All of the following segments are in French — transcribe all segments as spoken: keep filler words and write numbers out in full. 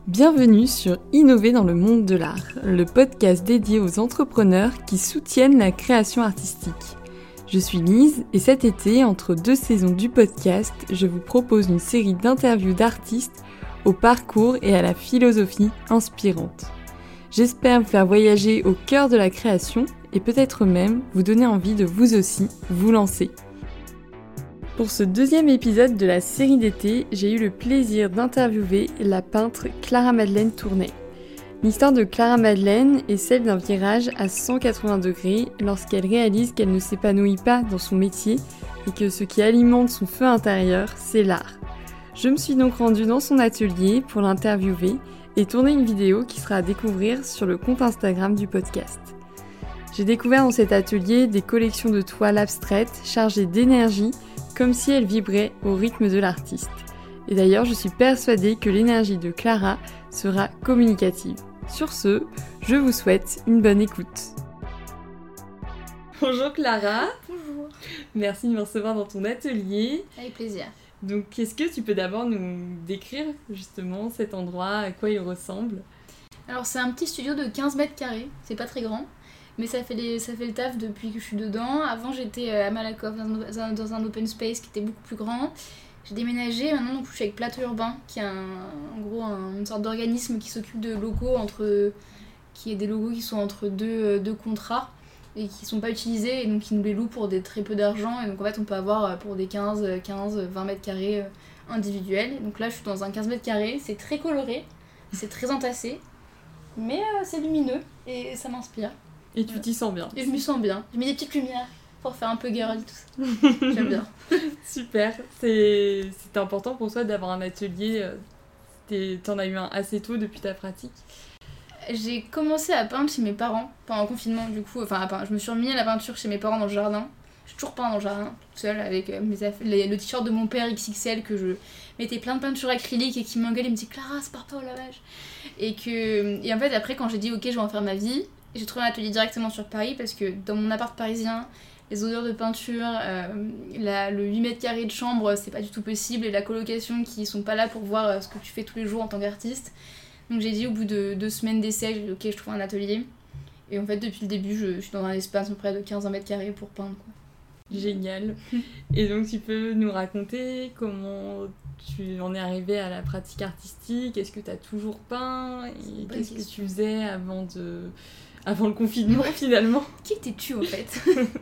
Bienvenue sur Innover dans le monde de l'art, le podcast dédié aux entrepreneurs qui soutiennent la création artistique. Je suis Lise et cet été, entre deux saisons du podcast, je vous propose une série d'interviews d'artistes au parcours et à la philosophie inspirante. J'espère vous faire voyager au cœur de la création et peut-être même vous donner envie de vous aussi vous lancer. Pour ce deuxième épisode de la série d'été, j'ai eu le plaisir d'interviewer la peintre Clara-Madeleine Tournay. L'histoire de Clara-Madeleine est celle d'un virage à cent quatre-vingts degrés lorsqu'elle réalise qu'elle ne s'épanouit pas dans son métier et que ce qui alimente son feu intérieur, c'est l'art. Je me suis donc rendue dans son atelier pour l'interviewer et tourner une vidéo qui sera à découvrir sur le compte Instagram du podcast. J'ai découvert dans cet atelier des collections de toiles abstraites chargées d'énergie, comme si elles vibraient au rythme de l'artiste. Et d'ailleurs, je suis persuadée que l'énergie de Clara sera communicative. Sur ce, je vous souhaite une bonne écoute. Bonjour Clara. Bonjour. Merci de me recevoir dans ton atelier. Avec plaisir. Donc, est-ce que tu peux d'abord nous décrire justement cet endroit, à quoi il ressemble ? Alors, c'est un petit studio de quinze mètres carrés, c'est pas très grand. Mais ça fait, les, ça fait le taf depuis que je suis dedans. Avant, j'étais à Malakoff, dans un, dans un open space qui était beaucoup plus grand. J'ai déménagé, maintenant donc, je suis avec Plateau Urbain, qui est un, en gros un, une sorte d'organisme qui s'occupe de logos, entre, qui est des logos qui sont entre deux, deux contrats et qui ne sont pas utilisés, et donc qui nous les louent pour des très peu d'argent. Et donc en fait, on peut avoir pour des quinze, quinze, vingt mètres carrés individuels. Donc là, je suis dans un quinze mètres carrés, c'est très coloré, c'est très entassé, mais euh, c'est lumineux et ça m'inspire. Et tu t'y sens bien. Et je me sens bien. J'ai mis des petites lumières pour faire un peu girl tout ça. J'aime bien. Super. C'est... C'était important pour toi d'avoir un atelier. T'es... T'en as eu un assez tôt depuis ta pratique ? J'ai commencé à peindre chez mes parents pendant le confinement du coup. Enfin, je me suis remis à la peinture chez mes parents dans le jardin. Je suis toujours peint dans le jardin, toute seule, avec mes aff- les... le t-shirt de mon père X X L que je mettais plein de peinture acrylique et qui m'engueule et me dit Clara, c'est pas au lavage. Et, que... et en fait, après, quand j'ai dit ok, je vais en faire ma vie, j'ai trouvé un atelier directement sur Paris parce que dans mon appart parisien, les odeurs de peinture, euh, la, le huit mètres carrés de chambre, c'est pas du tout possible, et la colocation qui sont pas là pour voir euh, ce que tu fais tous les jours en tant qu'artiste. Donc j'ai dit au bout de deux semaines d'essai, j'ai dit ok, je trouve un atelier. Et en fait, depuis le début, je, je suis dans un espace à peu près de quinze mètres carrés pour peindre, quoi. Génial. Et donc tu peux nous raconter comment tu en es arrivée à la pratique artistique ? Est-ce que tu as toujours peint ? Et qu'est-ce question. que tu faisais avant de... Avant le confinement, finalement. Qui étais-tu, en fait ?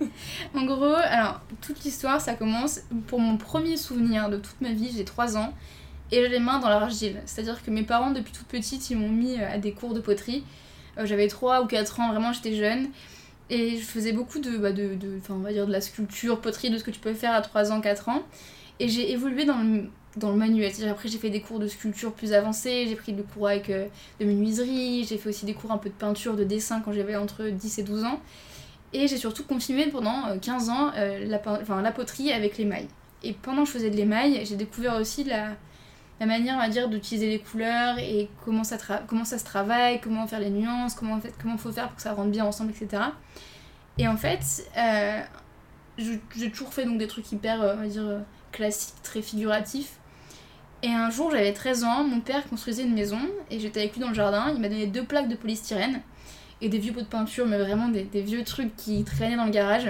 En gros, alors, toute l'histoire, ça commence... Pour mon premier souvenir de toute ma vie, j'ai trois ans, et j'ai les mains dans l'argile. C'est-à-dire que mes parents, depuis toute petite, ils m'ont mis à des cours de poterie. Euh, j'avais trois ou quatre ans, vraiment, j'étais jeune. Et je faisais beaucoup de, bah, de, de, enfin, on va dire de la sculpture, poterie, de ce que tu peux faire à trois ans, quatre ans. Et j'ai évolué dans le... dans le manuel, c'est-à-dire après j'ai fait des cours de sculpture plus avancés, j'ai pris des cours avec euh, de menuiserie, j'ai fait aussi des cours un peu de peinture, de dessin quand j'avais entre dix et douze ans, et j'ai surtout continué pendant euh, quinze ans euh, la, enfin, la poterie avec l'émail. Et pendant que je faisais de l'émail, j'ai découvert aussi la, la manière, on va dire, d'utiliser les couleurs et comment ça, tra- comment ça se travaille, comment faire les nuances, comment en fait, comment faut faire pour que ça rentre bien ensemble, et cetera. Et en fait, euh, je, j'ai toujours fait donc, des trucs hyper, euh, on va dire, euh, classiques, très figuratifs. Et un jour, j'avais treize ans, mon père construisait une maison et j'étais avec lui dans le jardin. Il m'a donné deux plaques de polystyrène et des vieux pots de peinture, mais vraiment des, des vieux trucs qui traînaient dans le garage.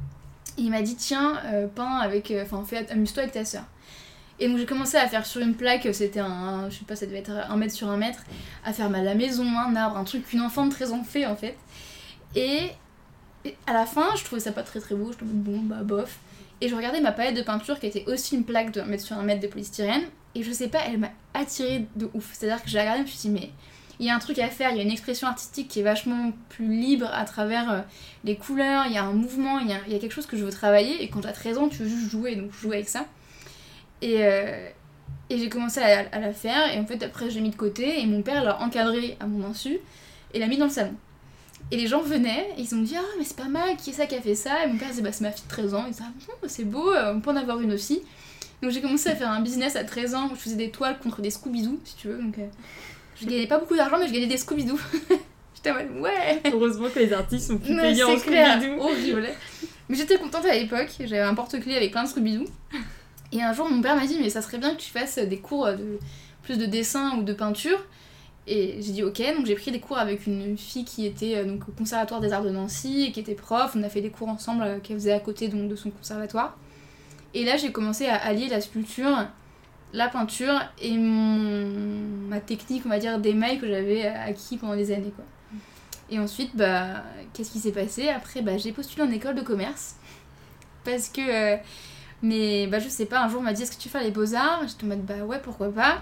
Et il m'a dit tiens, euh, peins avec, enfin, euh, fais, amuse-toi avec ta sœur. Et donc j'ai commencé à faire sur une plaque, c'était un, je sais pas, ça devait être un mètre sur un mètre, à faire bah, la maison, un arbre, un truc qu'une enfant de treize ans fait en fait. Et, et à la fin, je trouvais ça pas très très beau, je me disais bon bah bof. Et je regardais ma palette de peinture qui était aussi une plaque de un mètre sur un mètre de polystyrène. Et je sais pas, elle m'a attirée de ouf. C'est-à-dire que j'ai regardé et je me suis dit, mais il y a un truc à faire, il y a une expression artistique qui est vachement plus libre à travers euh, les couleurs, il y a un mouvement, il y a, il y a quelque chose que je veux travailler. Et quand t'as treize ans, tu veux juste jouer, donc je jouais avec ça. Et, euh, et j'ai commencé à, à la faire, et en fait, après, je l'ai mis de côté, et mon père l'a encadré à mon insu, et l'a mis dans le salon. Et les gens venaient, et ils ont dit ah, mais c'est pas mal, qui est ça qui a fait ça ? Et mon père disait bah, c'est ma fille de treize ans. Il disait ah, bon, c'est beau, on peut en avoir une aussi. Donc j'ai commencé à faire un business à treize ans où je faisais des toiles contre des Scooby-Doo, si tu veux. Donc euh, je gagnais pas beaucoup d'argent, mais je gagnais des Scooby-Doo. J'étais en mode ouais. Heureusement que les artistes sont plus non, payés en Scooby-Doo. Horrible. Mais j'étais contente à l'époque, j'avais un porte-clés avec plein de Scooby-Doo. Et un jour, mon père m'a dit mais ça serait bien que tu fasses des cours de plus de dessin ou de peinture. Et j'ai dit ok, donc j'ai pris des cours avec une fille qui était euh, donc, au Conservatoire des Arts de Nancy et qui était prof. On a fait des cours ensemble euh, qu'elle faisait à côté donc, de son conservatoire. Et là j'ai commencé à allier la sculpture, la peinture et mon... ma technique, on va dire, d'émail que j'avais acquis pendant des années, quoi. Et ensuite, bah, qu'est-ce qui s'est passé ? Après, bah, j'ai postulé en école de commerce. Parce que... Euh, mais bah, je sais pas, un jour on m'a dit est-ce que tu fais les beaux-arts ? J'étais en mode bah ouais, pourquoi pas.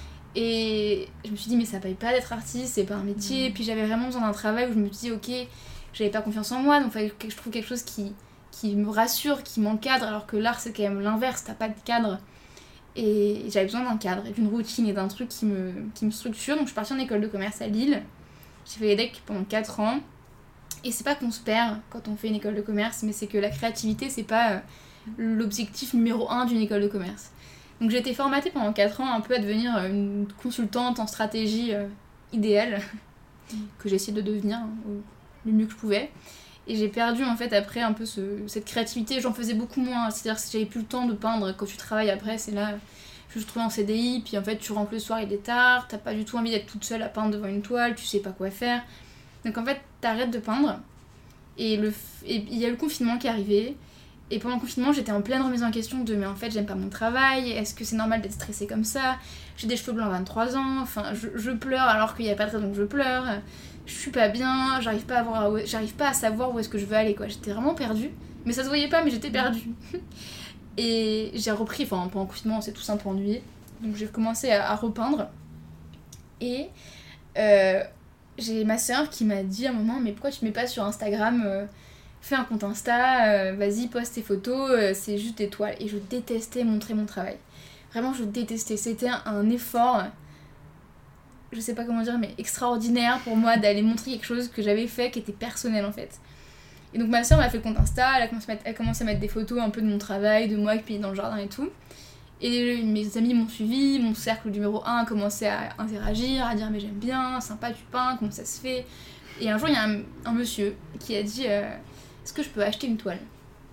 Et je me suis dit mais ça paye pas d'être artiste, c'est pas un métier. Mmh. Puis j'avais vraiment besoin d'un travail où je me dis ok, j'avais pas confiance en moi, donc il fallait que je trouve quelque chose qui, qui me rassure, qui m'encadre, alors que l'art c'est quand même l'inverse, t'as pas de cadre. Et j'avais besoin d'un cadre, et d'une routine et d'un truc qui me, qui me structure. Donc je suis partie en école de commerce à Lille. J'ai fait l'E D E C pendant quatre ans. Et c'est pas qu'on se perd quand on fait une école de commerce, mais c'est que la créativité c'est pas l'objectif numéro un d'une école de commerce. Donc j'ai été formatée pendant quatre ans un peu à devenir une consultante en stratégie euh, idéale, que j'ai essayé de devenir hein, le mieux que je pouvais. Et j'ai perdu en fait après un peu ce, cette créativité, j'en faisais beaucoup moins, c'est-à-dire que j'avais plus le temps de peindre. Quand tu travailles après, c'est là, je me suis retrouvée en C D I, puis en fait tu rentres le soir, il est tard, t'as pas du tout envie d'être toute seule à peindre devant une toile, tu sais pas quoi faire. Donc en fait t'arrêtes de peindre, et il et y a eu le confinement qui est arrivé. Et pendant le confinement, j'étais en pleine remise en question de mais en fait, j'aime pas mon travail, est-ce que c'est normal d'être stressée comme ça ? J'ai des cheveux blancs à vingt-trois ans, enfin, je, je pleure alors qu'il y a pas de raison que je pleure, je suis pas bien, j'arrive pas à, voir, j'arrive pas à savoir où est-ce que je veux aller, quoi. J'étais vraiment perdue, mais ça se voyait pas, mais j'étais perdue. Et j'ai repris, enfin, pendant le confinement, on s'est tous un peu ennuyés, donc j'ai commencé à, à repeindre. Et euh, j'ai ma soeur qui m'a dit à un moment, mais pourquoi tu mets pas sur Instagram euh, fais un compte Insta, euh, vas-y, poste tes photos, euh, c'est juste des toiles. Et je détestais montrer mon travail. Vraiment, je détestais. C'était un effort, je sais pas comment dire, mais extraordinaire pour moi d'aller montrer quelque chose que j'avais fait qui était personnel en fait. Et donc ma soeur m'a fait le compte Insta, elle a commencé à mettre, elle a commencé à mettre des photos un peu de mon travail, de moi qui est dans le jardin et tout. Et mes amis m'ont suivi, mon cercle numéro un a commencé à interagir, à dire mais j'aime bien, sympa tu peins, comment ça se fait. Et un jour il y a un, un monsieur qui a dit euh, est-ce que je peux acheter une toile ?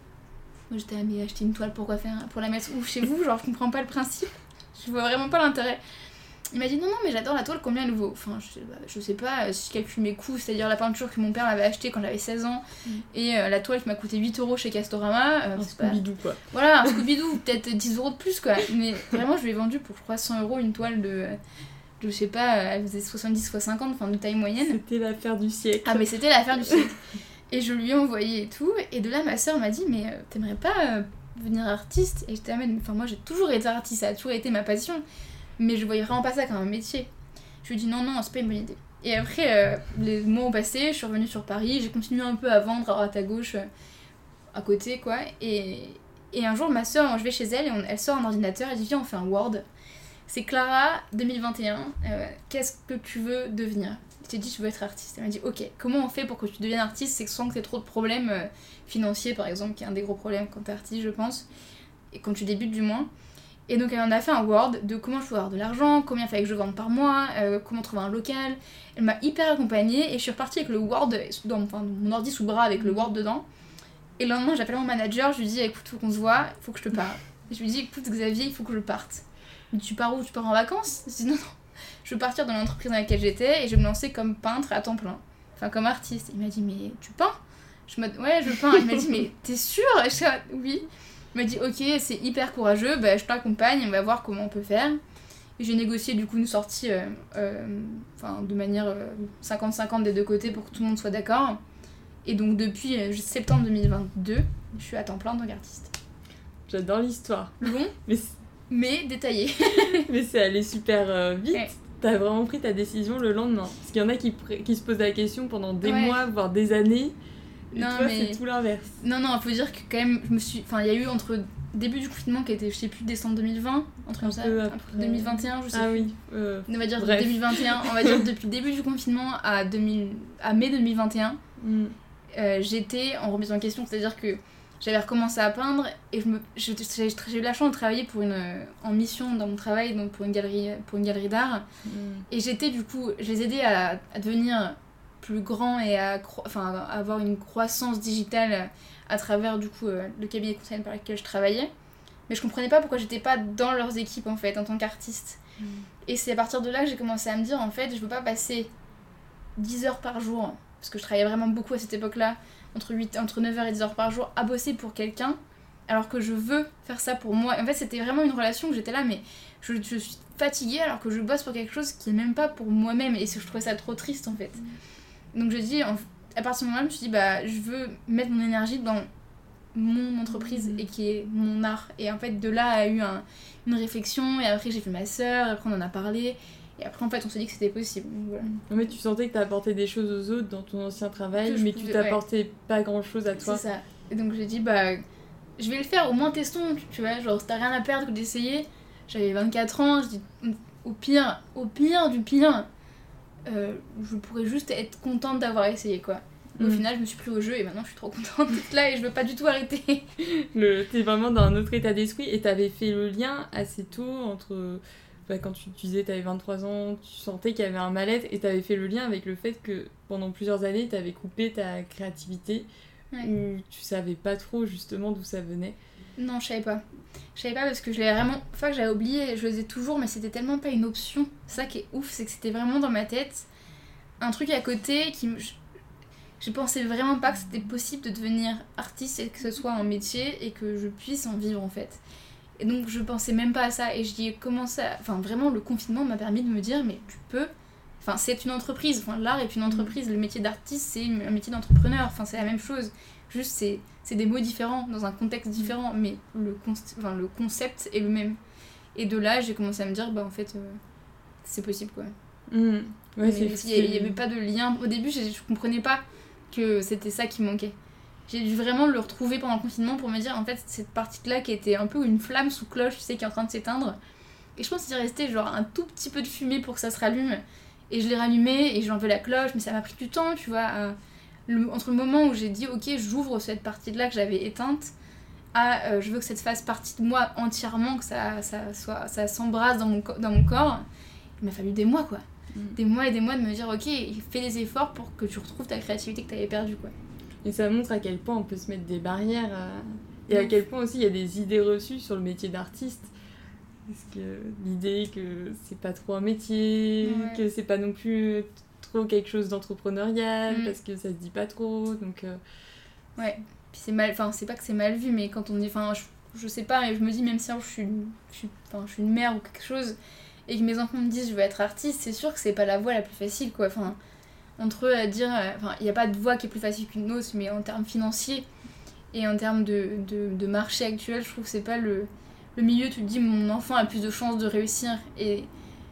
Moi j'étais ah mais acheter une toile pourquoi faire ? Pour la mettre où chez vous ? Genre je comprends pas le principe, je vois vraiment pas l'intérêt. Il m'a dit non non mais j'adore la toile, combien elle vaut ? Enfin je sais, bah, je sais pas, si je calcule mes coûts, c'est-à-dire la peinture que mon père m'avait achetée quand j'avais seize ans mmh. et euh, la toile qui m'a coûté huit euros chez Castorama. Euh, un Scooby-Doo quoi. Voilà, un Scooby-Doo, peut-être dix euros de plus quoi. Mais vraiment je lui ai vendu pour je crois cent euros une toile de, de je sais pas, elle faisait soixante-dix fois cinquante, enfin de taille moyenne. C'était l'affaire du siècle. Ah mais c'était l'affaire du siècle. Et je lui ai envoyé et tout, et de là ma soeur m'a dit mais euh, t'aimerais pas euh, devenir artiste ? Et j'étais ah mais enfin moi j'ai toujours été artiste, ça a toujours été ma passion. Mais je voyais vraiment pas ça comme un métier. Je lui ai dit non, non, c'est pas une bonne idée. Et après, euh, les mois ont passé, je suis revenue sur Paris, j'ai continué un peu à vendre à droite à gauche, euh, à côté quoi. Et, et un jour, ma soeur, je vais chez elle et on, elle sort un ordinateur, elle dit viens, on fait un Word. C'est Clara, deux mille vingt et un, euh, qu'est-ce que tu veux devenir ? Je t'ai dit, je veux être artiste. Elle m'a dit ok, comment on fait pour que tu deviennes artiste ? C'est que sans que t'aies trop de problèmes euh, financiers par exemple, qui est un des gros problèmes quand t'es artiste, je pense, et quand tu débutes du moins. Et donc elle en a fait un Word de comment je pouvais avoir de l'argent, combien il fallait que je vende par mois, euh, comment trouver un local. Elle m'a hyper accompagnée et je suis repartie avec le Word, dans, enfin, mon ordi sous le bras avec le Word dedans. Et le lendemain j'appelle mon manager, je lui dis écoute, faut qu'on se voit, faut que je te parle. Et je lui dis écoute Xavier, il faut que je parte. Il me dit tu pars où ? Tu pars en vacances ? Je dis non, non, je veux partir dans l'entreprise dans laquelle j'étais et je vais me lancer comme peintre à temps plein. Enfin comme artiste. Il m'a dit mais tu peins ? Je me dis ouais je peins. Il m'a dit mais t'es sûre ? Je dis oui. Il m'a dit ok c'est hyper courageux, bah, je t'accompagne, on va voir comment on peut faire. Et j'ai négocié du coup une sortie euh, euh, de manière euh, cinquante cinquante des deux côtés pour que tout le monde soit d'accord. Et donc depuis euh, septembre deux mille vingt-deux, je suis à temps plein en tant qu'artiste. J'adore l'histoire. Long, mais, mais détaillé. Mais c'est allé super euh, vite. Ouais. T'as vraiment pris ta décision le lendemain. Parce qu'il y en a qui, pr- qui se posent la question pendant des ouais. mois, voire des années. Et non, toi, mais... c'est tout l'inverse. Non, non, il faut dire que quand même, je me suis... Enfin, il y a eu entre début du confinement qui était, je sais plus, décembre deux mille vingt, entre comme ça, après... deux mille vingt et un, je sais ah, plus. oui. Euh, on va dire bref. deux mille vingt et un, on va dire depuis le début du confinement à, deux mille... à mai deux mille vingt et un, mm. euh, j'étais en remise en question, c'est-à-dire que j'avais recommencé à peindre et je me... j'ai, j'ai, j'ai eu la chance de travailler pour une... en mission dans mon travail, donc pour une galerie, pour une galerie d'art. Mm. Et j'étais du coup, je les aidais à, à devenir plus grand et à, cro- enfin, à avoir une croissance digitale à travers du coup euh, le cabinet conseil par lequel je travaillais. mais je comprenais pas pourquoi j'étais pas dans leurs équipes en fait en tant qu'artiste. Mmh. Et c'est à partir de là que j'ai commencé à me dire en fait je veux pas passer dix heures par jour, parce que je travaillais vraiment beaucoup à cette époque-là, entre, huit, entre neuf heures et dix heures par jour, à bosser pour quelqu'un, alors que je veux faire ça pour moi. En fait, c'était vraiment une relation où j'étais là, mais je, je suis fatiguée alors que je bosse pour quelque chose qui est même pas pour moi-même, et je trouvais ça trop triste en fait. Donc je dis, en, à partir de ce moment-là, je me suis dit, bah, je veux mettre mon énergie dans mon entreprise mmh. et qui est mon art. Et en fait, de là a eu un, une réflexion, et après j'ai vu ma sœur, après on en a parlé. Et après, en fait, on s'est dit que c'était possible. Voilà. Mais tu sentais que tu apportais des choses aux autres dans ton ancien travail, mais pouvais, tu t'apportais ouais. pas grand-chose à toi. C'est ça. Et donc, j'ai dit, bah, je vais le faire, au moins testons, tu vois. Genre, si t'as rien à perdre que d'essayer. J'avais vingt-quatre ans, je dis, au pire, au pire du pire, euh, je pourrais juste être contente d'avoir essayé, quoi. Mmh. Au final, je me suis pris au jeu et maintenant, je suis trop contente d'être là et je veux pas du tout arrêter. Le, t'es vraiment dans un autre état d'esprit et t'avais fait le lien assez tôt entre... Bah, quand tu, tu disais que tu avais vingt-trois ans, tu sentais qu'il y avait un mal-être et tu avais fait le lien avec le fait que pendant plusieurs années, tu avais coupé ta créativité ouais. où tu savais pas trop justement d'où ça venait. Non, je savais pas. Je savais pas parce que je l'avais vraiment... Enfin, que j'avais oublié, je le faisais toujours, mais c'était tellement pas une option. Ça qui est ouf, c'est que c'était vraiment dans ma tête un truc à côté qui me... Je, je pensais vraiment pas que c'était possible de devenir artiste et que ce soit un métier et que je puisse en vivre en fait. Et donc je pensais même pas à ça et je dis comment ça... Enfin vraiment le confinement m'a permis de me dire mais tu peux... Enfin c'est une entreprise, enfin l'art est une entreprise, le métier d'artiste c'est un métier d'entrepreneur, enfin c'est la même chose. Juste c'est, c'est des mots différents, dans un contexte différent, mais le, con... enfin, le concept est le même. Et de là j'ai commencé à me dire bah en fait euh, c'est possible quoi. Mmh. Ouais, c'est, il n'y avait pas de lien. Au début je, je comprenais pas que c'était ça qui manquait. J'ai dû vraiment le retrouver pendant le confinement pour me dire, en fait, cette partie-là qui était un peu une flamme sous cloche, tu sais, qui est en train de s'éteindre. Et je pense qu'il restait genre un tout petit peu de fumée pour que ça se rallume. Et je l'ai rallumé et j'ai enlevé la cloche, mais ça m'a pris du temps, tu vois. Euh, le, entre le moment où j'ai dit, ok, j'ouvre cette partie-là que j'avais éteinte, à euh, je veux que ça fasse partie de moi entièrement, que ça, ça, soit, ça s'embrasse dans mon, dans mon corps, il m'a fallu des mois, quoi. Mmh. Des mois et des mois de me dire, ok, fais des efforts pour que tu retrouves ta créativité que tu avais perdue, quoi. Et ça montre à quel point on peut se mettre des barrières à... et à quel point aussi il y a des idées reçues sur le métier d'artiste. Parce que l'idée que c'est pas trop un métier, ouais. que c'est pas non plus trop quelque chose d'entrepreneurial, mmh. parce que ça se dit pas trop, donc... Euh... Ouais, puis c'est mal... Enfin, c'est pas que c'est mal vu, mais quand on dit... Enfin, je, je sais pas, mais je me dis, même si je suis, une... je, suis... Enfin, je suis une mère ou quelque chose, et que mes enfants me disent je veux être artiste, c'est sûr que c'est pas la voie la plus facile, quoi. Enfin... entre eux à dire, enfin il n'y a pas de voie qui est plus facile qu'une autre, mais en termes financiers et en termes de, de, de marché actuel, je trouve que c'est pas le, le milieu, tu te dis mon enfant a plus de chances de réussir et,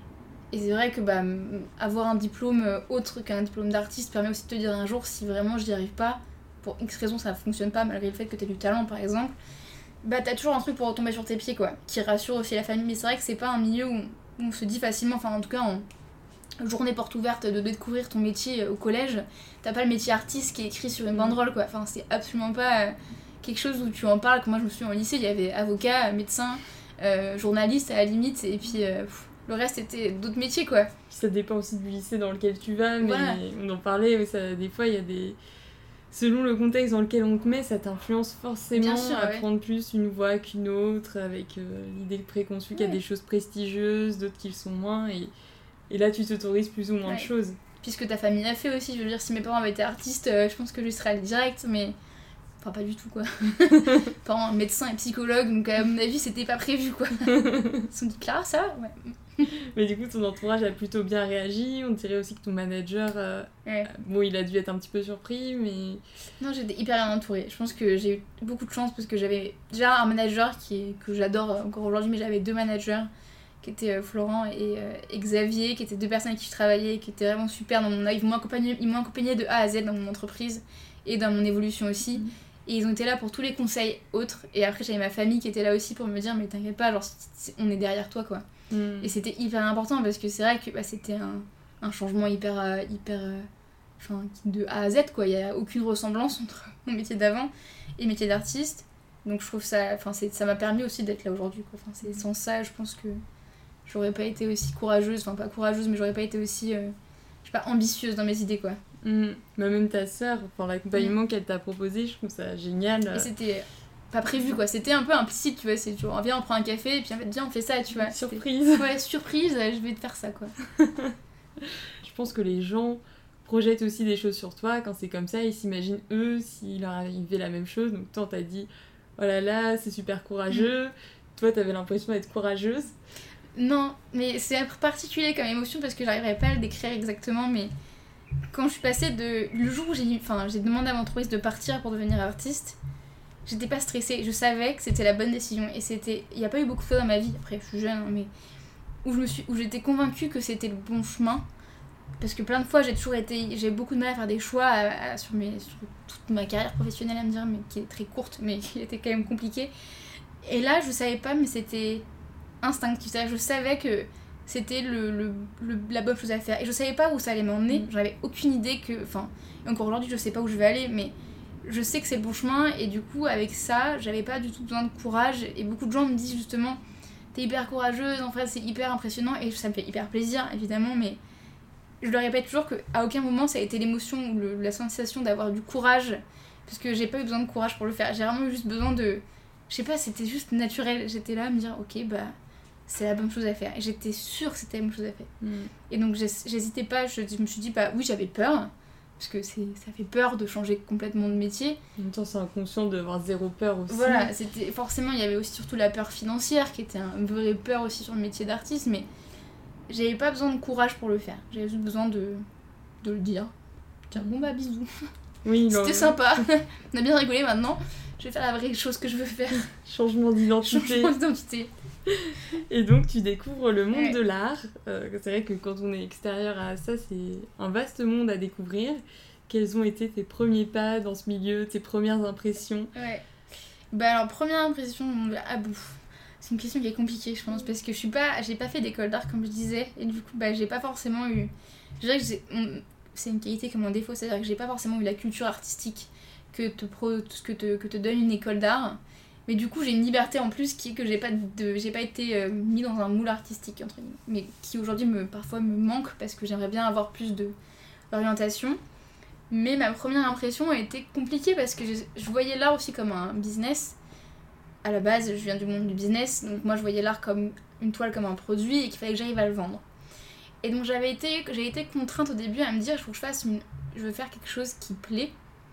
et c'est vrai que bah, avoir un diplôme autre qu'un diplôme d'artiste permet aussi de te dire un jour si vraiment je n'y arrive pas, pour X raison ça fonctionne pas malgré le fait que tu aies du talent par exemple, bah t'as toujours un truc pour retomber sur tes pieds quoi, qui rassure aussi la famille, mais c'est vrai que c'est pas un milieu où, où on se dit facilement, enfin en tout cas on journée porte ouverte de découvrir ton métier au collège, t'as pas le métier artiste qui est écrit sur une banderole quoi, enfin c'est absolument pas quelque chose où tu en parles. Quand moi je me souviens au lycée il y avait avocat, médecin, euh, journaliste à la limite et puis euh, pff, le reste c'était d'autres métiers quoi. Ça dépend aussi du lycée dans lequel tu vas, mais voilà. On en parlait, ça, des fois il y a des... Selon le contexte dans lequel on te met, ça t'influence forcément sûr, à ouais. prendre plus une voie qu'une autre, avec euh, l'idée préconçue ouais. qu'il y a des choses prestigieuses, d'autres qui le sont moins, et Et là, tu t'autorises plus ou moins ouais. de choses. Puisque ta famille l'a fait aussi. Je veux dire, si mes parents avaient été artistes, euh, je pense que je serais allée direct, mais... Enfin, pas du tout, quoi. Parents, médecin et psychologue, donc à mon avis, c'était pas prévu, quoi. Ils se sont dit, Clara, ça va ? Ouais. Mais du coup, ton entourage a plutôt bien réagi. On dirait aussi que ton manager... Euh... Ouais. Bon, il a dû être un petit peu surpris, mais... Non, j'étais hyper bien entourée. Je pense que j'ai eu beaucoup de chance, parce que j'avais déjà un manager qui est... que j'adore encore aujourd'hui, mais j'avais deux managers qui étaient euh, Florent et, euh, et Xavier, qui étaient deux personnes avec qui je travaillais, qui étaient vraiment super dans mon... Ils m'ont accompagné, ils m'ont accompagné de A à Z dans mon entreprise et dans mon évolution aussi. Mmh. Et ils ont été là pour tous les conseils autres. Et après, j'avais ma famille qui était là aussi pour me dire, mais t'inquiète pas, genre, on est derrière toi, quoi. Mmh. Et c'était hyper important parce que c'est vrai que bah, c'était un, un changement hyper... Euh, hyper euh, enfin, de A à Z, quoi. Il n'y a aucune ressemblance entre mon métier d'avant et le métier d'artiste. Donc je trouve ça... Enfin, c'est, ça m'a permis aussi d'être là aujourd'hui, quoi. Enfin, c'est, sans ça, je pense que j'aurais pas été aussi courageuse. Enfin, pas courageuse, mais j'aurais pas été aussi... Euh, je sais pas, ambitieuse dans mes idées, quoi. Mmh. Bah, même ta sœur, enfin, l'accompagnement mmh. qu'elle t'a proposé, je trouve ça génial. Et c'était pas prévu quoi, c'était un peu implicite, tu vois, c'est tu vois, viens on prend un café et puis en fait viens on fait ça, tu vois. Surprise. C'était... Ouais, surprise, je vais te faire ça quoi. Je pense que les gens projettent aussi des choses sur toi quand c'est comme ça, ils s'imaginent eux s'il leur arrivait la même chose, donc toi on t'a dit oh là là c'est super courageux, mmh. Toi t'avais l'impression d'être courageuse. Non, mais c'est particulier comme émotion parce que j'arriverais pas à le décrire exactement, mais quand je suis passée de... Le jour où j'ai, enfin, j'ai demandé à mon entreprise de partir pour devenir artiste, j'étais pas stressée, je savais que c'était la bonne décision et c'était... Il n'y a pas eu beaucoup de fois dans ma vie, après je suis jeune, hein, mais où, je me suis... où j'étais convaincue que c'était le bon chemin, parce que plein de fois j'ai toujours été... J'ai beaucoup de mal à faire des choix à... À... Sur, mes... sur toute ma carrière professionnelle à me dire, mais qui est très courte, mais qui était quand même compliquée. Et là je savais pas, mais c'était instinctif, je savais que c'était le, le, le, la bonne chose à faire et je savais pas où ça allait m'emmener, j'avais aucune idée que... Enfin, encore aujourd'hui je sais pas où je vais aller, mais je sais que c'est le bon chemin et du coup avec ça j'avais pas du tout besoin de courage et beaucoup de gens me disent justement t'es hyper courageuse, en fait c'est hyper impressionnant et ça me fait hyper plaisir évidemment, mais je leur répète toujours qu'à aucun moment ça a été l'émotion ou le, la sensation d'avoir du courage, parce que j'ai pas eu besoin de courage pour le faire, j'ai vraiment juste besoin de... Je sais pas, c'était juste naturel, j'étais là à me dire ok bah c'est la bonne chose à faire et j'étais sûre que c'était la bonne chose à faire. Mm. Et donc j'hésitais pas, je, je me suis dit bah oui j'avais peur, parce que c'est, ça fait peur de changer complètement de métier. En même temps c'est inconscient d'avoir zéro peur aussi. Voilà, c'était, forcément il y avait aussi surtout la peur financière qui était une vraie peur aussi sur le métier d'artiste, mais j'avais pas besoin de courage pour le faire, j'avais juste besoin de, de le dire. Dire bon bah bisous. Oui, c'était sympa, on a bien rigolé, maintenant je vais faire la vraie chose que je veux faire. Changement d'identité. Changement d'identité. Et donc tu découvres le monde ouais. de l'art. Euh, c'est vrai que quand on est extérieur à ça, c'est un vaste monde à découvrir. Quels ont été tes premiers pas dans ce milieu, tes premières impressions? Ouais. Bah alors première impression, ah bouf. C'est une question qui est compliquée, je pense, parce que je suis pas, j'ai pas fait d'école d'art comme je disais, et du coup bah j'ai pas forcément eu. Je dirais que j'ai, c'est une qualité comme un défaut, c'est-à-dire que j'ai pas forcément eu la culture artistique que te pro, que te que te donne une école d'art. Mais du coup, j'ai une liberté en plus qui est que j'ai pas, de, j'ai pas été euh, mis dans un moule artistique, entre guillemets. Mais qui aujourd'hui, me, parfois, me manque parce que j'aimerais bien avoir plus de, d'orientation. Mais ma première impression a été compliquée parce que je, je voyais l'art aussi comme un business. À la base, je viens du monde du business, donc moi, je voyais l'art comme une toile, comme un produit et qu'il fallait que j'arrive à le vendre. Et donc, j'avais été, j'ai été contrainte au début à me dire, il faut que je fasse une... Je veux faire quelque chose qui plaît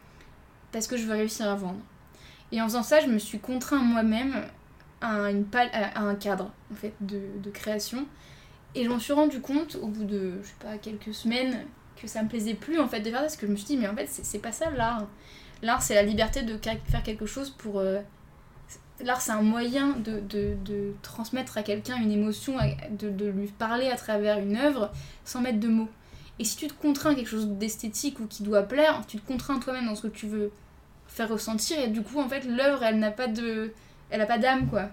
parce que je veux réussir à vendre. Et en faisant ça, je me suis contraint moi-même à, une pal- à un cadre en fait, de, de création. Et je m'en suis rendu compte au bout de, je sais pas, quelques semaines, que ça me plaisait plus en fait de faire ça, parce que je me suis dit, mais en fait, c'est, c'est pas ça l'art. L'art, c'est la liberté de faire quelque chose pour... Euh... L'art, c'est un moyen de, de, de transmettre à quelqu'un une émotion, de, de lui parler à travers une œuvre sans mettre de mots. Et si tu te contrains à quelque chose d'esthétique ou qui doit plaire, tu te contrains toi-même dans ce que tu veux faire ressentir, et du coup en fait l'œuvre elle n'a pas de elle a pas d'âme quoi.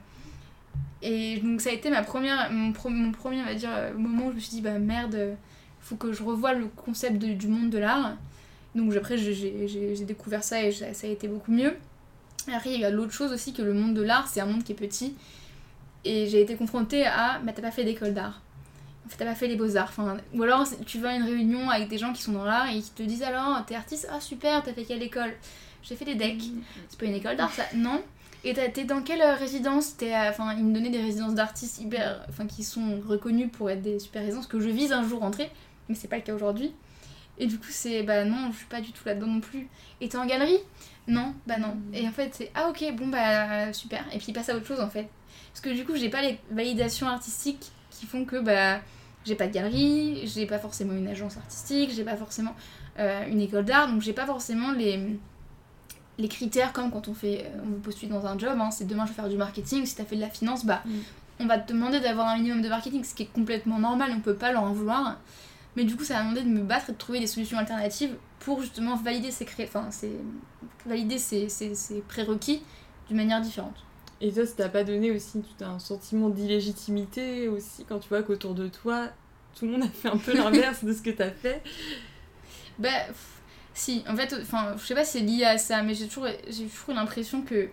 Et donc ça a été ma première mon, pro, mon premier on va dire moment où je me suis dit bah merde, faut que je revoie le concept de, du monde de l'art. Donc après j'ai, j'ai, j'ai découvert ça et ça, ça a été beaucoup mieux. Et après il y a l'autre chose aussi, que le monde de l'art c'est un monde qui est petit, et j'ai été confrontée à bah t'as pas fait d'école d'art, en fait t'as pas fait les beaux-arts, enfin, ou alors tu vas à une réunion avec des gens qui sont dans l'art et qui te disent alors t'es artiste, ah super, t'as fait quelle école? J'ai fait des decks. C'est pas une école d'art ça? Non. Et t'es dans quelle résidence? T'es à... Enfin, ils me donnaient des résidences d'artistes hyper... Enfin, qui sont reconnues pour être des super résidences que je vise un jour rentrer, mais c'est pas le cas aujourd'hui. Et du coup c'est bah non, je suis pas du tout là-dedans non plus. Et t'es en galerie? Non, bah non. Et en fait c'est ah ok, bon bah super. Et puis il passe à autre chose en fait. Parce que du coup j'ai pas les validations artistiques qui font que bah j'ai pas de galerie, j'ai pas forcément une agence artistique, j'ai pas forcément euh, une école d'art, donc j'ai pas forcément les... les critères comme quand on fait on veut postuler dans un job, hein, c'est demain je vais faire du marketing, si t'as fait de la finance, bah mm. on va te demander d'avoir un minimum de marketing, ce qui est complètement normal, on peut pas leur en vouloir, mais du coup ça m'a demandé de me battre et de trouver des solutions alternatives pour justement valider ces, cré... enfin, ces... valider ces, ces, ces prérequis d'une manière différente. Et ça, ça t'a pas donné aussi tout un sentiment d'illégitimité aussi, quand tu vois qu'autour de toi tout le monde a fait un peu l'inverse de ce que t'as fait? Bah si, en fait, enfin, je sais pas si c'est lié à ça, mais j'ai toujours, j'ai toujours eu l'impression que,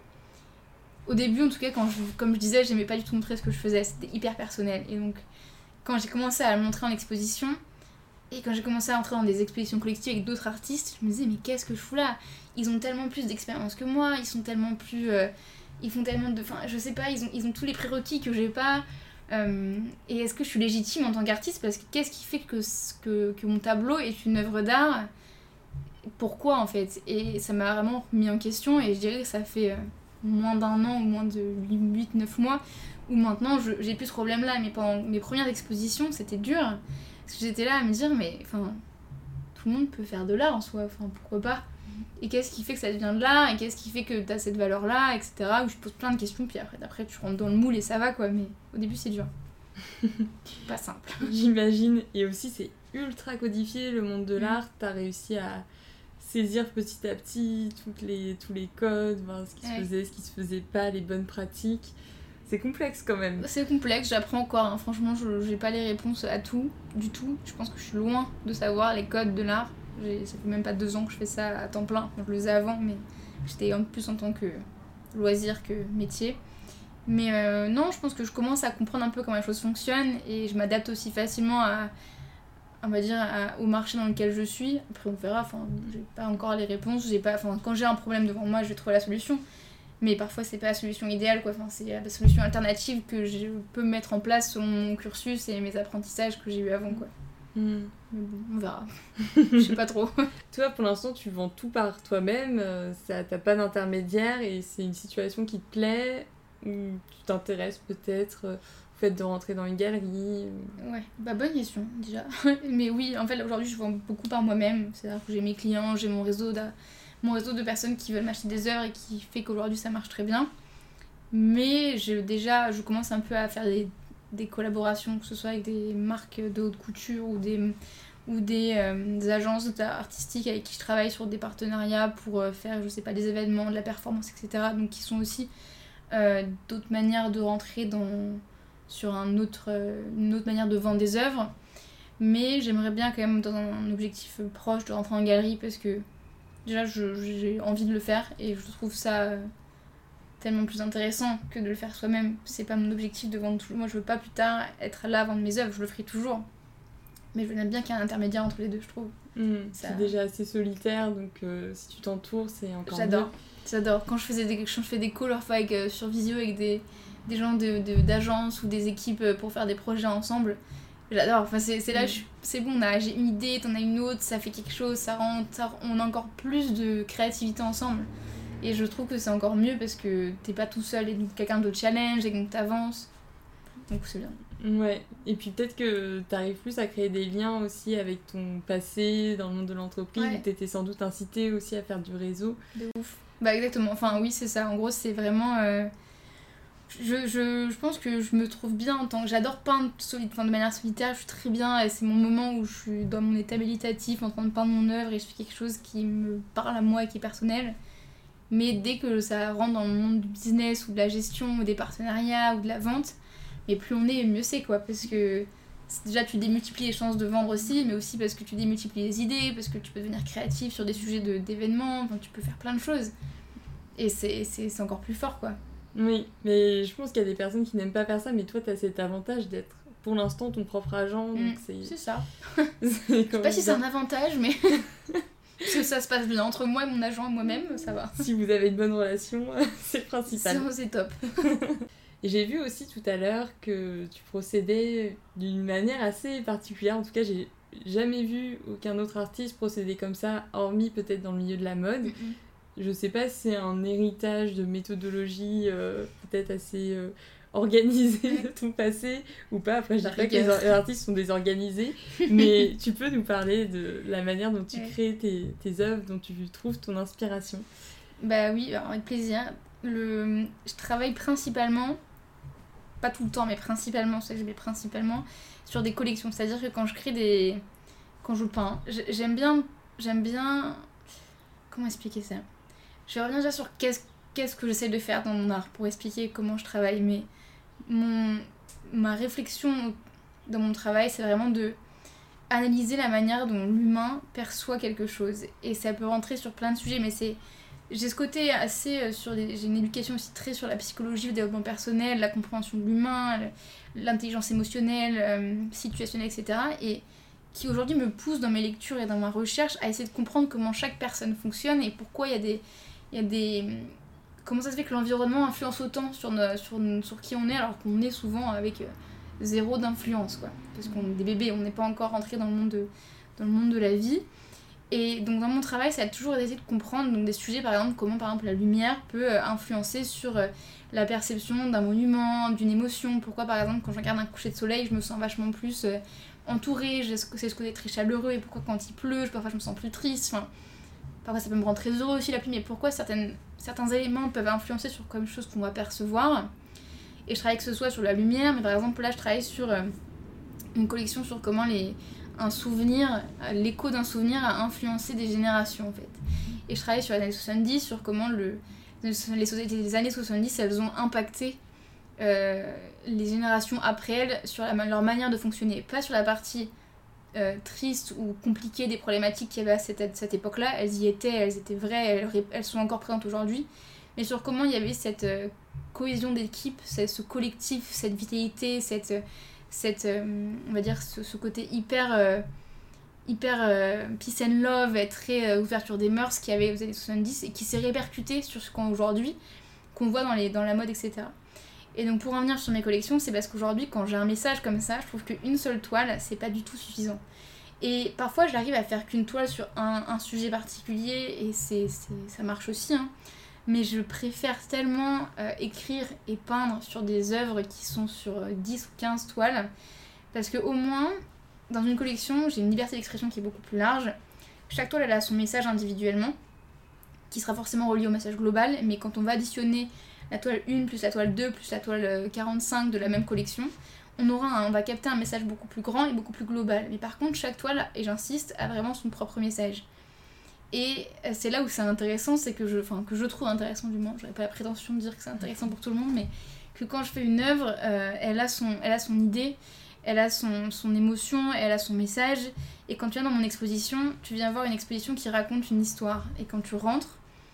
au début en tout cas, quand je, comme je disais, j'aimais pas du tout montrer ce que je faisais, c'était hyper personnel. Et donc, quand j'ai commencé à le montrer en exposition, et quand j'ai commencé à entrer dans des expositions collectives avec d'autres artistes, je me disais, mais qu'est-ce que je fous là? Ils ont tellement plus d'expérience que moi, ils sont tellement plus... Euh, ils font tellement de... Enfin, je sais pas, ils ont, ils ont tous les prérequis que j'ai pas. Euh, et est-ce que je suis légitime en tant qu'artiste ? Parce que qu'est-ce qui fait que, que, que mon tableau est une œuvre d'art ? Pourquoi, en fait ? Et ça m'a vraiment mis en question, et je dirais que ça fait euh, moins d'un an ou moins de huit neuf mois où maintenant je, j'ai plus ce problème-là. Mais pendant mes premières expositions, c'était dur. Parce que j'étais là à me dire, mais enfin, tout le monde peut faire de l'art en soi, enfin, pourquoi pas ? Et qu'est-ce qui fait que ça devient de l'art ? Et qu'est-ce qui fait que t'as cette valeur-là, et cetera. Où je pose plein de questions, puis après, après tu rentres dans le moule et ça va, quoi. Mais au début, c'est dur. Pas simple. J'imagine. Et aussi, c'est ultra codifié, le monde de l'art. T'as réussi à saisir petit à petit toutes les, tous les codes, voir ce qui ouais. se faisait, ce qui se faisait pas, les bonnes pratiques. C'est complexe quand même. C'est complexe, j'apprends encore. Hein. Franchement, je j'ai pas les réponses à tout, du tout. Je pense que je suis loin de savoir les codes de l'art. J'ai, ça fait même pas deux ans que je fais ça à temps plein. Enfin, je le faisais avant, mais j'étais un peu plus en tant que loisir que métier. Mais euh, non, je pense que je commence à comprendre un peu comment les choses fonctionnent et je m'adapte aussi facilement à, on va dire, à, au marché dans lequel je suis. Après, on verra. Enfin, j'ai pas encore les réponses. J'ai pas. Enfin, quand j'ai un problème devant moi, je vais trouver la solution. Mais parfois, c'est pas la solution idéale, quoi. Enfin, c'est la solution alternative que je peux mettre en place selon mon cursus et mes apprentissages que j'ai eu avant, quoi. Mmh. Mais bon, on verra. Je sais pas trop. Toi, pour l'instant, tu vends tout par toi-même, ça, t'as pas d'intermédiaire et c'est une situation qui te plaît ou tu t'intéresses peut-être au fait de rentrer dans une galerie ou... Ouais, bah bonne question déjà. Mais oui, en fait, aujourd'hui, je vends beaucoup par moi-même. C'est-à-dire que j'ai mes clients, j'ai mon réseau de, mon réseau de personnes qui veulent m'acheter des œuvres et qui fait qu'aujourd'hui, ça marche très bien. Mais je, déjà, je commence un peu à faire des des collaborations, que ce soit avec des marques de haute couture ou des, ou des, euh, des agences artistiques avec qui je travaille sur des partenariats pour euh, faire, je sais pas, des événements, de la performance, et cetera. Donc qui sont aussi euh, d'autres manières de rentrer dans, sur un autre, euh, une autre manière de vendre des œuvres. Mais j'aimerais bien quand même dans un objectif proche de rentrer en galerie parce que déjà je, j'ai envie de le faire et je trouve ça... Euh, tellement plus intéressant que de le faire soi-même. C'est pas mon objectif de vendre tout. Moi, je veux pas plus tard être là à vendre mes œuvres, je le ferai toujours. Mais je veux bien qu'il y ait un intermédiaire entre les deux, je trouve. Mmh, ça... C'est déjà assez solitaire, donc euh, si tu t'entoures, c'est encore J'adore. mieux. J'adore. Quand je, faisais des, quand je fais des calls avec, euh, sur visio avec des, des gens de, de, d'agences ou des équipes pour faire des projets ensemble, j'adore. Enfin, c'est, c'est là, mmh. je, c'est bon, on a, j'ai une idée, t'en as une autre, ça fait quelque chose, ça rend, ça, on a encore plus de créativité ensemble. Et je trouve que c'est encore mieux parce que t'es pas tout seul et donc quelqu'un te challenge et donc t'avances. Donc c'est bien. Ouais, et puis peut-être que t'arrives plus à créer des liens aussi avec ton passé dans le monde de l'entreprise, ouais. où t'étais sans doute incitée aussi à faire du réseau. De ouf. Bah exactement, enfin oui c'est ça, en gros c'est vraiment... Euh... Je, je, je pense que je me trouve bien en tant que... J'adore peindre soli... enfin, de manière solitaire, je suis très bien et c'est mon moment où je suis dans mon état méditatif en train de peindre mon œuvre et je fais quelque chose qui me parle à moi et qui est personnel. Mais dès que ça rentre dans le monde du business ou de la gestion ou des partenariats ou de la vente, mais plus on est, mieux c'est quoi. Parce que déjà tu démultiplies les chances de vendre aussi, mais aussi parce que tu démultiplies les idées, parce que tu peux devenir créatif sur des sujets de, d'événements, enfin, tu peux faire plein de choses. Et c'est, c'est, c'est encore plus fort quoi. Oui, mais je pense qu'il y a des personnes qui n'aiment pas faire ça, mais toi t'as cet avantage d'être pour l'instant ton propre agent. Donc mmh, c'est... c'est ça. Je sais pas si c'est un avantage, mais... Parce que ça se passe bien entre moi et mon agent et moi-même, ça va. Si vous avez une bonne relation, c'est le principal. C'est, c'est top. Et j'ai vu aussi tout à l'heure que tu procédais d'une manière assez particulière. En tout cas, j'ai jamais vu aucun autre artiste procéder comme ça, hormis peut-être dans le milieu de la mode. Mm-hmm. Je sais pas si c'est un héritage de méthodologie euh, peut-être assez... Euh, organisé de ton passé ou pas. Après je dis pas que les, les artistes sont désorganisés, mais tu peux nous parler de la manière dont tu ouais. crées tes, tes œuvres, dont tu trouves ton inspiration. Bah oui, alors avec plaisir. Le... Je travaille principalement, pas tout le temps mais principalement, c'est ça que je mets principalement, sur des collections. C'est-à-dire que quand je crée des... quand je peins, j'aime bien... J'aime bien... Comment expliquer ça ? Je vais revenir déjà sur qu'est-ce, qu'est-ce que j'essaie de faire dans mon art pour expliquer comment je travaille, mais mon, ma réflexion dans mon travail, c'est vraiment de analyser la manière dont l'humain perçoit quelque chose. Et ça peut rentrer sur plein de sujets, mais c'est... J'ai ce côté assez sur les... J'ai une éducation aussi très sur la psychologie, le développement personnel, la compréhension de l'humain, l'intelligence émotionnelle, euh, situationnelle, et cetera. Et qui aujourd'hui me pousse dans mes lectures et dans ma recherche à essayer de comprendre comment chaque personne fonctionne et pourquoi il y a des... Il y a des comment ça se fait que l'environnement influence autant sur, no- sur, sur qui on est alors qu'on est souvent avec euh, zéro d'influence, quoi. Parce qu'on est des bébés, on n'est pas encore rentré dans le monde de, dans le monde de la vie. Et donc dans mon travail, ça a toujours été de comprendre donc, des sujets, par exemple, comment par exemple la lumière peut euh, influencer sur euh, la perception d'un monument, d'une émotion. Pourquoi par exemple quand je regarde un coucher de soleil, je me sens vachement plus euh, entourée, j'ai ce- c'est ce côté très chaleureux, et pourquoi quand il pleut, je- parfois je me sens plus triste. Enfin, parfois ça peut me rendre très heureux aussi la pluie, mais pourquoi certaines, certains éléments peuvent influencer sur quelque chose qu'on va percevoir. Et je travaille que ce soit sur la lumière, mais par exemple là je travaille sur euh, une collection sur comment les, un souvenir, euh, l'écho d'un souvenir a influencé des générations en fait. Et je travaille sur les années soixante-dix, sur comment le, les sociétés des années soixante-dix elles ont impacté euh, les générations après elles sur la, leur manière de fonctionner. Pas sur la partie euh, triste ou compliquée des problématiques qu'il y avait à cette, cette époque-là, elles y étaient, elles étaient vraies, elles, elles sont encore présentes aujourd'hui, mais sur comment il y avait cette euh, cohésion d'équipe, ce, ce collectif, cette vitalité, cette, cette euh, on va dire ce, ce côté hyper, euh, hyper euh, peace and love, et très euh, ouverture des mœurs qu'il y avait aux années soixante-dix et qui s'est répercuté sur ce qu'on aujourd'hui, qu'on voit dans, les, dans la mode, et cetera. Et donc pour en venir sur mes collections, c'est parce qu'aujourd'hui quand j'ai un message comme ça, je trouve qu'une seule toile, c'est pas du tout suffisant. Et parfois j'arrive à faire qu'une toile sur un, un sujet particulier et c'est, c'est, ça marche aussi, hein. Mais je préfère tellement euh, écrire et peindre sur des œuvres qui sont sur euh, dix ou quinze toiles, parce qu'au moins, dans une collection, j'ai une liberté d'expression qui est beaucoup plus large. Chaque toile, elle a son message individuellement, qui sera forcément relié au message global, mais quand on va additionner la toile un plus la toile deux plus la toile quarante-cinq de la même collection, on, aura un, on va capter un message beaucoup plus grand et beaucoup plus global. Mais par contre, chaque toile, et j'insiste, a vraiment son propre message. Et c'est là où c'est intéressant, c'est que je, enfin, que je trouve intéressant du moins, j'aurais pas la prétention de dire que c'est intéressant pour tout le monde, mais que quand je fais une œuvre, euh, elle, a son, elle a son idée, elle a son, son émotion, elle a son message, et quand tu viens dans mon exposition, tu viens voir une exposition qui raconte une histoire, et quand tu rentres,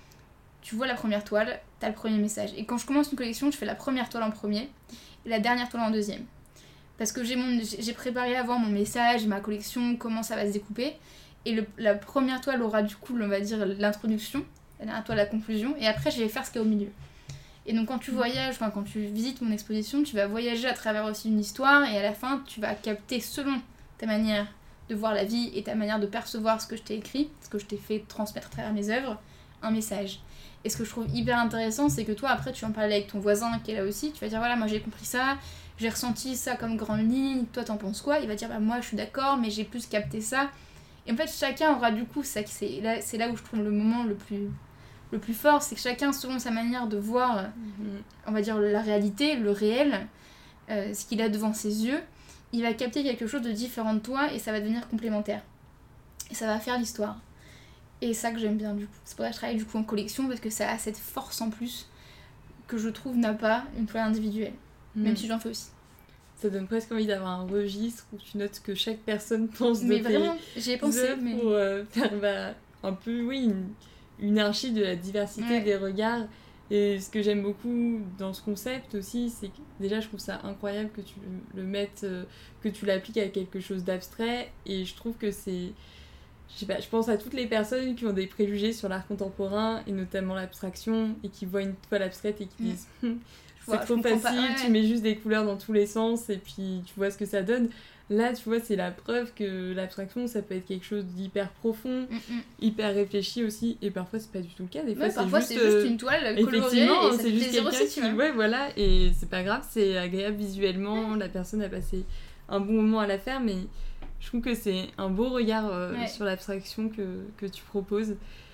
tu vois la première toile, t'as le premier message. Et quand je commence une collection, je fais la première toile en premier, et la dernière toile en deuxième. Parce que j'ai, mon, j'ai préparé avant mon message, ma collection, comment ça va se découper. Et le, la première toile aura du coup, on va dire, l'introduction, la dernière toile la conclusion, et après je vais faire ce qu'il y a au milieu. Et donc quand tu voyages, enfin quand tu visites mon exposition, tu vas voyager à travers aussi une histoire, et à la fin tu vas capter selon ta manière de voir la vie et ta manière de percevoir ce que je t'ai écrit, ce que je t'ai fait transmettre à travers mes œuvres, un message. Et ce que je trouve hyper intéressant, c'est que toi après tu en parles avec ton voisin qui est là aussi, tu vas dire voilà moi j'ai compris ça, j'ai ressenti ça comme grande ligne, toi t'en penses quoi? Il va dire bah moi je suis d'accord mais j'ai plus capté ça. Et en fait, chacun aura du coup, ça, c'est, là, c'est là où je trouve le moment le plus, le plus fort, c'est que chacun, selon sa manière de voir, mm-hmm. on va dire, la réalité, le réel, euh, ce qu'il a devant ses yeux, il va capter quelque chose de différent de toi et ça va devenir complémentaire. Et ça va faire l'histoire. Et ça que j'aime bien du coup. C'est pour ça que je travaille du coup en collection, parce que ça a cette force en plus que je trouve n'a pas une toile individuelle, mm. même si j'en fais aussi. Ça donne presque envie d'avoir un registre où tu notes ce que chaque personne pense mais de vraiment, j'y ai pensé, œuvres mais... pour euh, faire bah, un peu, oui, une, une archive de la diversité ouais. des regards. Et ce que j'aime beaucoup dans ce concept aussi, c'est que déjà je trouve ça incroyable que tu le mettes, euh, que tu l'appliques à quelque chose d'abstrait. Et je trouve que c'est... Je sais pas, je pense à toutes les personnes qui ont des préjugés sur l'art contemporain, et notamment l'abstraction, et qui voient une toile abstraite et qui mmh. disent... C'est ouais, trop facile, ouais. Tu mets juste des couleurs dans tous les sens et puis tu vois ce que ça donne. Là, tu vois, c'est la preuve que l'abstraction, ça peut être quelque chose d'hyper profond, mm-mm. hyper réfléchi aussi. Et parfois, c'est pas du tout le cas. Des fois, ouais, c'est, parfois juste, c'est juste une toile colorée et ça c'est fait juste plaisir aussi, qui... Ouais, voilà. Et c'est pas grave, c'est agréable visuellement. Mm. La personne a passé un bon moment à la faire, mais je trouve que c'est un beau regard euh, ouais. sur l'abstraction que, que tu proposes.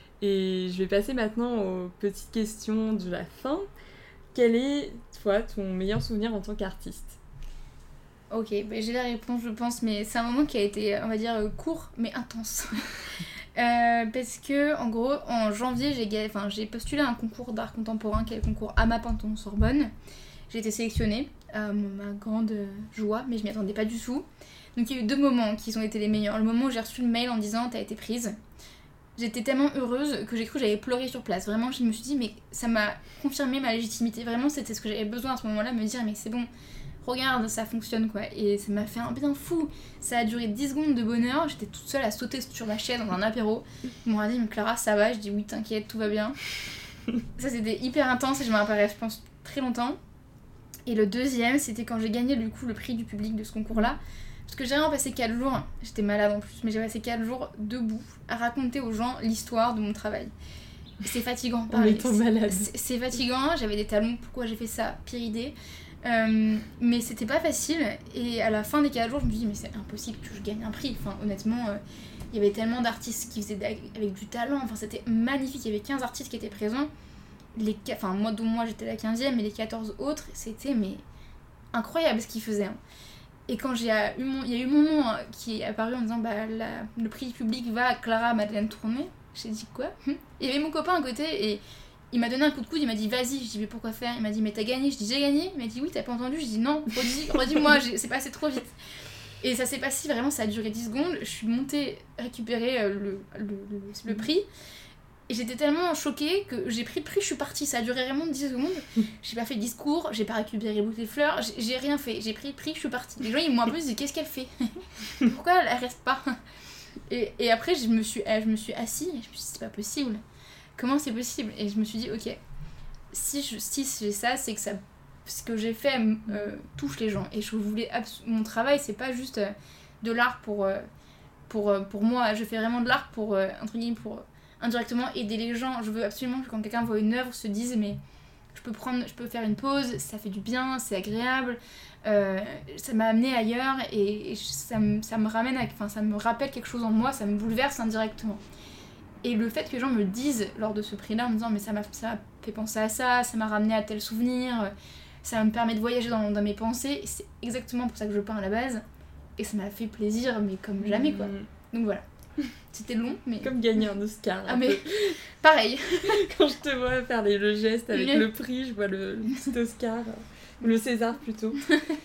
Et je vais passer maintenant aux petites questions de la fin. Quel est, toi, ton meilleur souvenir en tant qu'artiste ? Ok, bah j'ai la réponse, je pense, mais c'est un moment qui a été, on va dire, court, mais intense. euh, parce que, en gros, en janvier, j'ai, enfin, j'ai postulé à un concours d'art contemporain, qui est le concours Ama Pantone Sorbonne. J'ai été sélectionnée, à ma grande joie, mais je m'y attendais pas du tout. Donc il y a eu deux moments qui ont été les meilleurs. Le moment où j'ai reçu le mail en disant « t'as été prise », j'étais tellement heureuse que j'ai cru que j'allais pleurer sur place. Vraiment, je me suis dit, mais ça m'a confirmé ma légitimité. Vraiment, c'était ce que j'avais besoin à ce moment-là, me dire, mais c'est bon, regarde, ça fonctionne, quoi. Et ça m'a fait un bien fou. Ça a duré dix secondes de bonheur. J'étais toute seule à sauter sur ma chaise dans un apéro. Ils m'ont dit, mais Clara, ça va ? Je dis, oui, t'inquiète, tout va bien. Ça, c'était hyper intense et je m'en rappellerai, je pense, très longtemps. Et le deuxième, c'était quand j'ai gagné du coup le prix du public de ce concours-là. Parce que j'ai vraiment passé quatre jours, j'étais malade en plus, mais j'ai passé quatre jours debout à raconter aux gens l'histoire de mon travail. C'est fatigant, pareil. En étant malade. C'est, c'est fatigant, j'avais des talons, pourquoi j'ai fait ça, pire idée. Euh, mais c'était pas facile, et à la fin des quatre jours, je me dis, mais c'est impossible que je gagne un prix. Enfin, honnêtement, euh, il y avait tellement d'artistes qui faisaient avec du talent, enfin, c'était magnifique. Il y avait quinze artistes qui étaient présents, les, enfin, moi, dont moi j'étais la quinzième, et les quatorze autres, c'était mais incroyable ce qu'ils faisaient. Hein. Et quand j'ai eu mon, il y a eu mon nom hein, qui est apparu en disant bah, la, le prix public va à Clara Madeleine Tourné, j'ai dit quoi ? Il y avait mon copain à côté et il m'a donné un coup de coude, il m'a dit vas-y, je dis mais pourquoi faire ? Il m'a dit mais t'as gagné, je dis j'ai gagné, il m'a dit oui t'as pas entendu, je dis non, redis, redis-moi, j'ai, c'est passé trop vite. Et ça s'est passé vraiment, ça a duré dix secondes, je suis montée récupérer le, le, le, le prix. Et j'étais tellement choquée que j'ai pris le prix, je suis partie. Ça a duré vraiment dix secondes. J'ai pas fait de discours, j'ai pas récupéré le bouquet de fleurs, j'ai, j'ai rien fait. J'ai pris le prix, je suis partie. Les gens ils m'ont un peu dit qu'est-ce qu'elle fait ? Pourquoi elle reste pas ? et, et après je me, suis, je me suis assise et je me suis dit c'est pas possible. Comment c'est possible ? Et je me suis dit ok, si, je, si j'ai ça, c'est que ça, ce que j'ai fait euh, touche les gens. Et je voulais abs- mon travail, c'est pas juste euh, de l'art pour, euh, pour, euh, pour moi. Je fais vraiment de l'art pour, euh, entre guillemets, pour indirectement aider les gens. Je veux absolument que quand quelqu'un voit une œuvre se dise mais je peux prendre, je peux faire une pause, ça fait du bien, c'est agréable, euh, ça m'a amené ailleurs et, et ça, me, ça me ramène, à, enfin ça me rappelle quelque chose en moi, ça me bouleverse indirectement. Et le fait que les gens me disent lors de ce prix-là en me disant mais ça m'a, ça m'a fait penser à ça, ça m'a ramené à tel souvenir, ça me permet de voyager dans, dans mes pensées, et c'est exactement pour ça que je peins à la base et ça m'a fait plaisir mais comme jamais quoi. Donc voilà. C'était long, mais... Comme gagner un Oscar. Ah un mais, peu. pareil. Quand je te vois faire les, le geste avec Mais... le prix, je vois le, le petit Oscar, ou le César plutôt.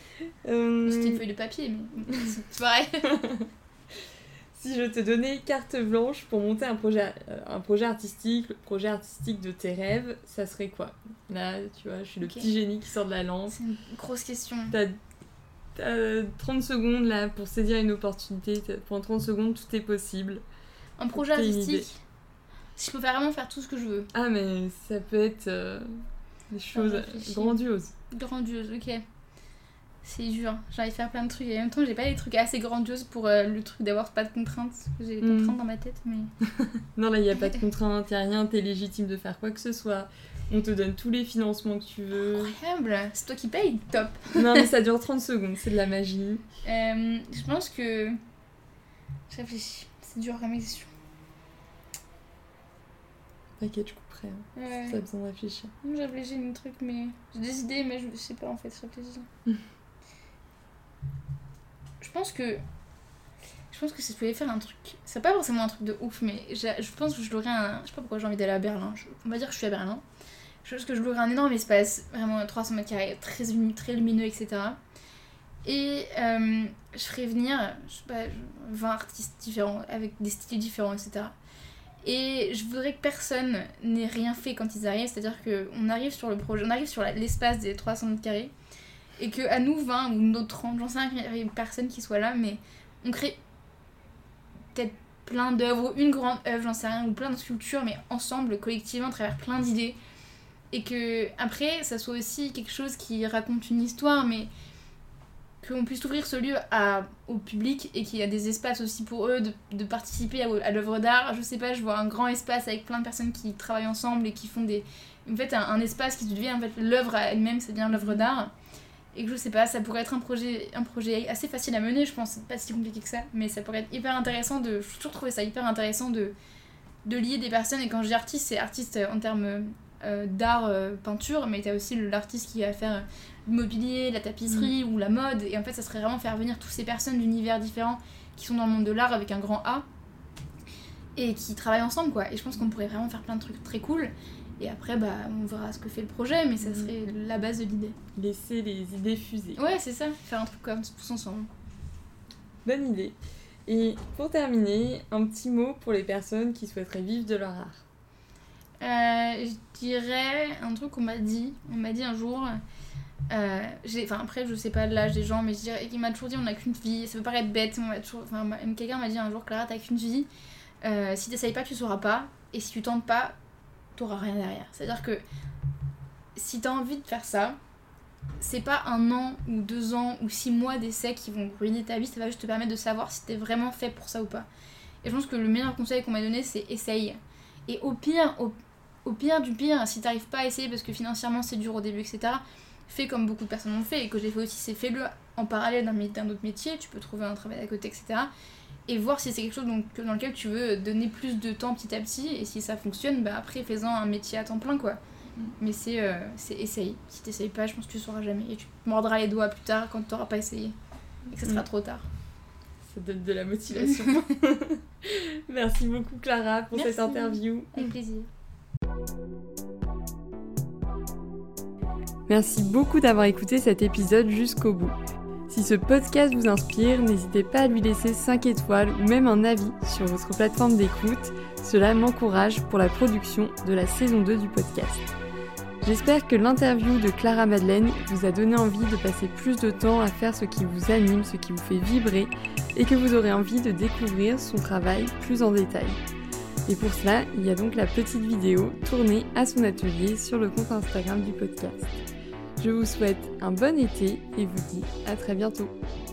euh... C'était une feuille de papier, mais c'est pareil. Si je te donnais carte blanche pour monter un projet, euh, un projet artistique, le projet artistique de tes rêves, ça serait quoi ? Là, tu vois, je suis le okay. petit génie qui sort de la lampe. C'est une grosse question. T'as T'as trente secondes là pour saisir une opportunité. Pendant trente secondes, tout est possible. Un projet artistique, si je peux vraiment faire tout ce que je veux. Ah, mais ça peut être euh, des choses grandioses. Grandioses, ok. C'est dur. J'ai envie de faire plein de trucs. Et en même temps, j'ai pas des trucs assez grandioses pour euh, le truc d'avoir pas de contraintes. J'ai des contraintes mm. dans ma tête, mais. Non, là, il n'y a pas de contraintes, il n'y a rien. T'es légitime de faire quoi que ce soit. On te donne tous les financements que tu veux. Incroyable, c'est toi qui payes, top. Non mais ça dure trente secondes, c'est de la magie. Euh, je pense que... Je réfléchis, c'est dur comme question. T'inquiète, je couperai. Hein. Ouais. Si t'as besoin de réfléchir. Je réfléchis à un truc, mais... J'ai des idées, mais je sais pas en fait, je réfléchis. Je pense que... Je pense que si je pouvais faire un truc... C'est pas forcément un truc de ouf, mais je pense que je louerais un... Je sais pas pourquoi j'ai envie d'aller à Berlin. Je... On va dire que je suis à Berlin. Je pense que je louerais un énorme espace, vraiment trois cents mètres carrés, très, très lumineux, et cetera. Et euh, je ferais venir, je sais pas, vingt artistes différents, avec des styles différents, et cetera. Et je voudrais que personne n'ait rien fait quand ils arrivent, c'est-à-dire qu'on arrive sur le projet, on arrive sur la, l'espace des trois cents mètres carrés, et qu'à nous vingt ou nos trente, j'en sais rien, qu'il y ait personne qui soit là, mais on crée peut-être plein d'œuvres, ou une grande œuvre, j'en sais rien, ou plein de sculptures, mais ensemble, collectivement, à travers plein d'idées. Et que après ça soit aussi quelque chose qui raconte une histoire, mais qu'on puisse ouvrir ce lieu à, au public et qu'il y a des espaces aussi pour eux de, de participer à, à l'œuvre d'art. Je sais pas, je vois un grand espace avec plein de personnes qui travaillent ensemble et qui font des... En fait un, un espace qui devient en fait l'œuvre elle-même, c'est bien l'œuvre d'art. Et que je sais pas, ça pourrait être un projet, un projet assez facile à mener, je pense, c'est pas si compliqué que ça, mais ça pourrait être hyper intéressant de... J'ai toujours trouvé ça hyper intéressant de, de lier des personnes, et quand je dis artiste, c'est artiste en termes... Euh, d'art euh, peinture, mais t'as aussi l'artiste qui va faire le mobilier, la tapisserie mmh. ou la mode, et en fait ça serait vraiment faire venir toutes ces personnes d'univers différents qui sont dans le monde de l'art avec un grand A et qui travaillent ensemble quoi. Et je pense qu'on pourrait vraiment faire plein de trucs très cool, et après bah on verra ce que fait le projet, mais ça serait mmh. la base de l'idée. Laisser les idées fuser. Ouais, c'est ça, faire un truc comme tous ensemble. Bonne idée. Et pour terminer, un petit mot pour les personnes qui souhaiteraient vivre de leur art. Euh, je dirais un truc qu'on m'a dit. On m'a dit un jour, euh, j'ai, enfin après je sais pas l'âge des gens, mais je dirais, il m'a toujours dit on n'a qu'une vie. Ça peut paraître bête, on m'a toujours, enfin quelqu'un m'a dit un jour Clara t'as qu'une vie. Euh, si t'essayes pas tu sauras pas, et si tu tentes pas, t'auras rien derrière. C'est-à-dire que si t'as envie de faire ça, c'est pas un an ou deux ans ou six mois d'essai qui vont ruiner ta vie, ça va juste te permettre de savoir si t'es vraiment fait pour ça ou pas. Et je pense que le meilleur conseil qu'on m'a donné, c'est essaye. Et au pire, au, au pire du pire, si t'arrives pas à essayer parce que financièrement c'est dur au début, et cetera, fais comme beaucoup de personnes l'ont fait et que j'ai fait aussi, c'est fais-le en parallèle d'un, d'un autre métier, tu peux trouver un travail à côté, et cetera. Et voir si c'est quelque chose donc, dans lequel tu veux donner plus de temps petit à petit, et si ça fonctionne, bah après fais-en un métier à temps plein, quoi. Mm. Mais c'est, euh, c'est essaye. Si t'essayes pas, je pense que tu sauras jamais. Et tu te mordras les doigts plus tard quand t'auras pas essayé. Et que ça sera mm. trop tard. Ça donne de la motivation. Merci beaucoup Clara pour Merci. Cette interview. Avec plaisir. Merci beaucoup d'avoir écouté cet épisode jusqu'au bout. Si ce podcast vous inspire, n'hésitez pas à lui laisser cinq étoiles ou même un avis sur votre plateforme d'écoute. Cela m'encourage pour la production de la saison deux du podcast. J'espère que l'interview de Clara Madeleine vous a donné envie de passer plus de temps à faire ce qui vous anime, ce qui vous fait vibrer et que vous aurez envie de découvrir son travail plus en détail. Et pour cela, il y a donc la petite vidéo tournée à son atelier sur le compte Instagram du podcast. Je vous souhaite un bon été et vous dis à très bientôt.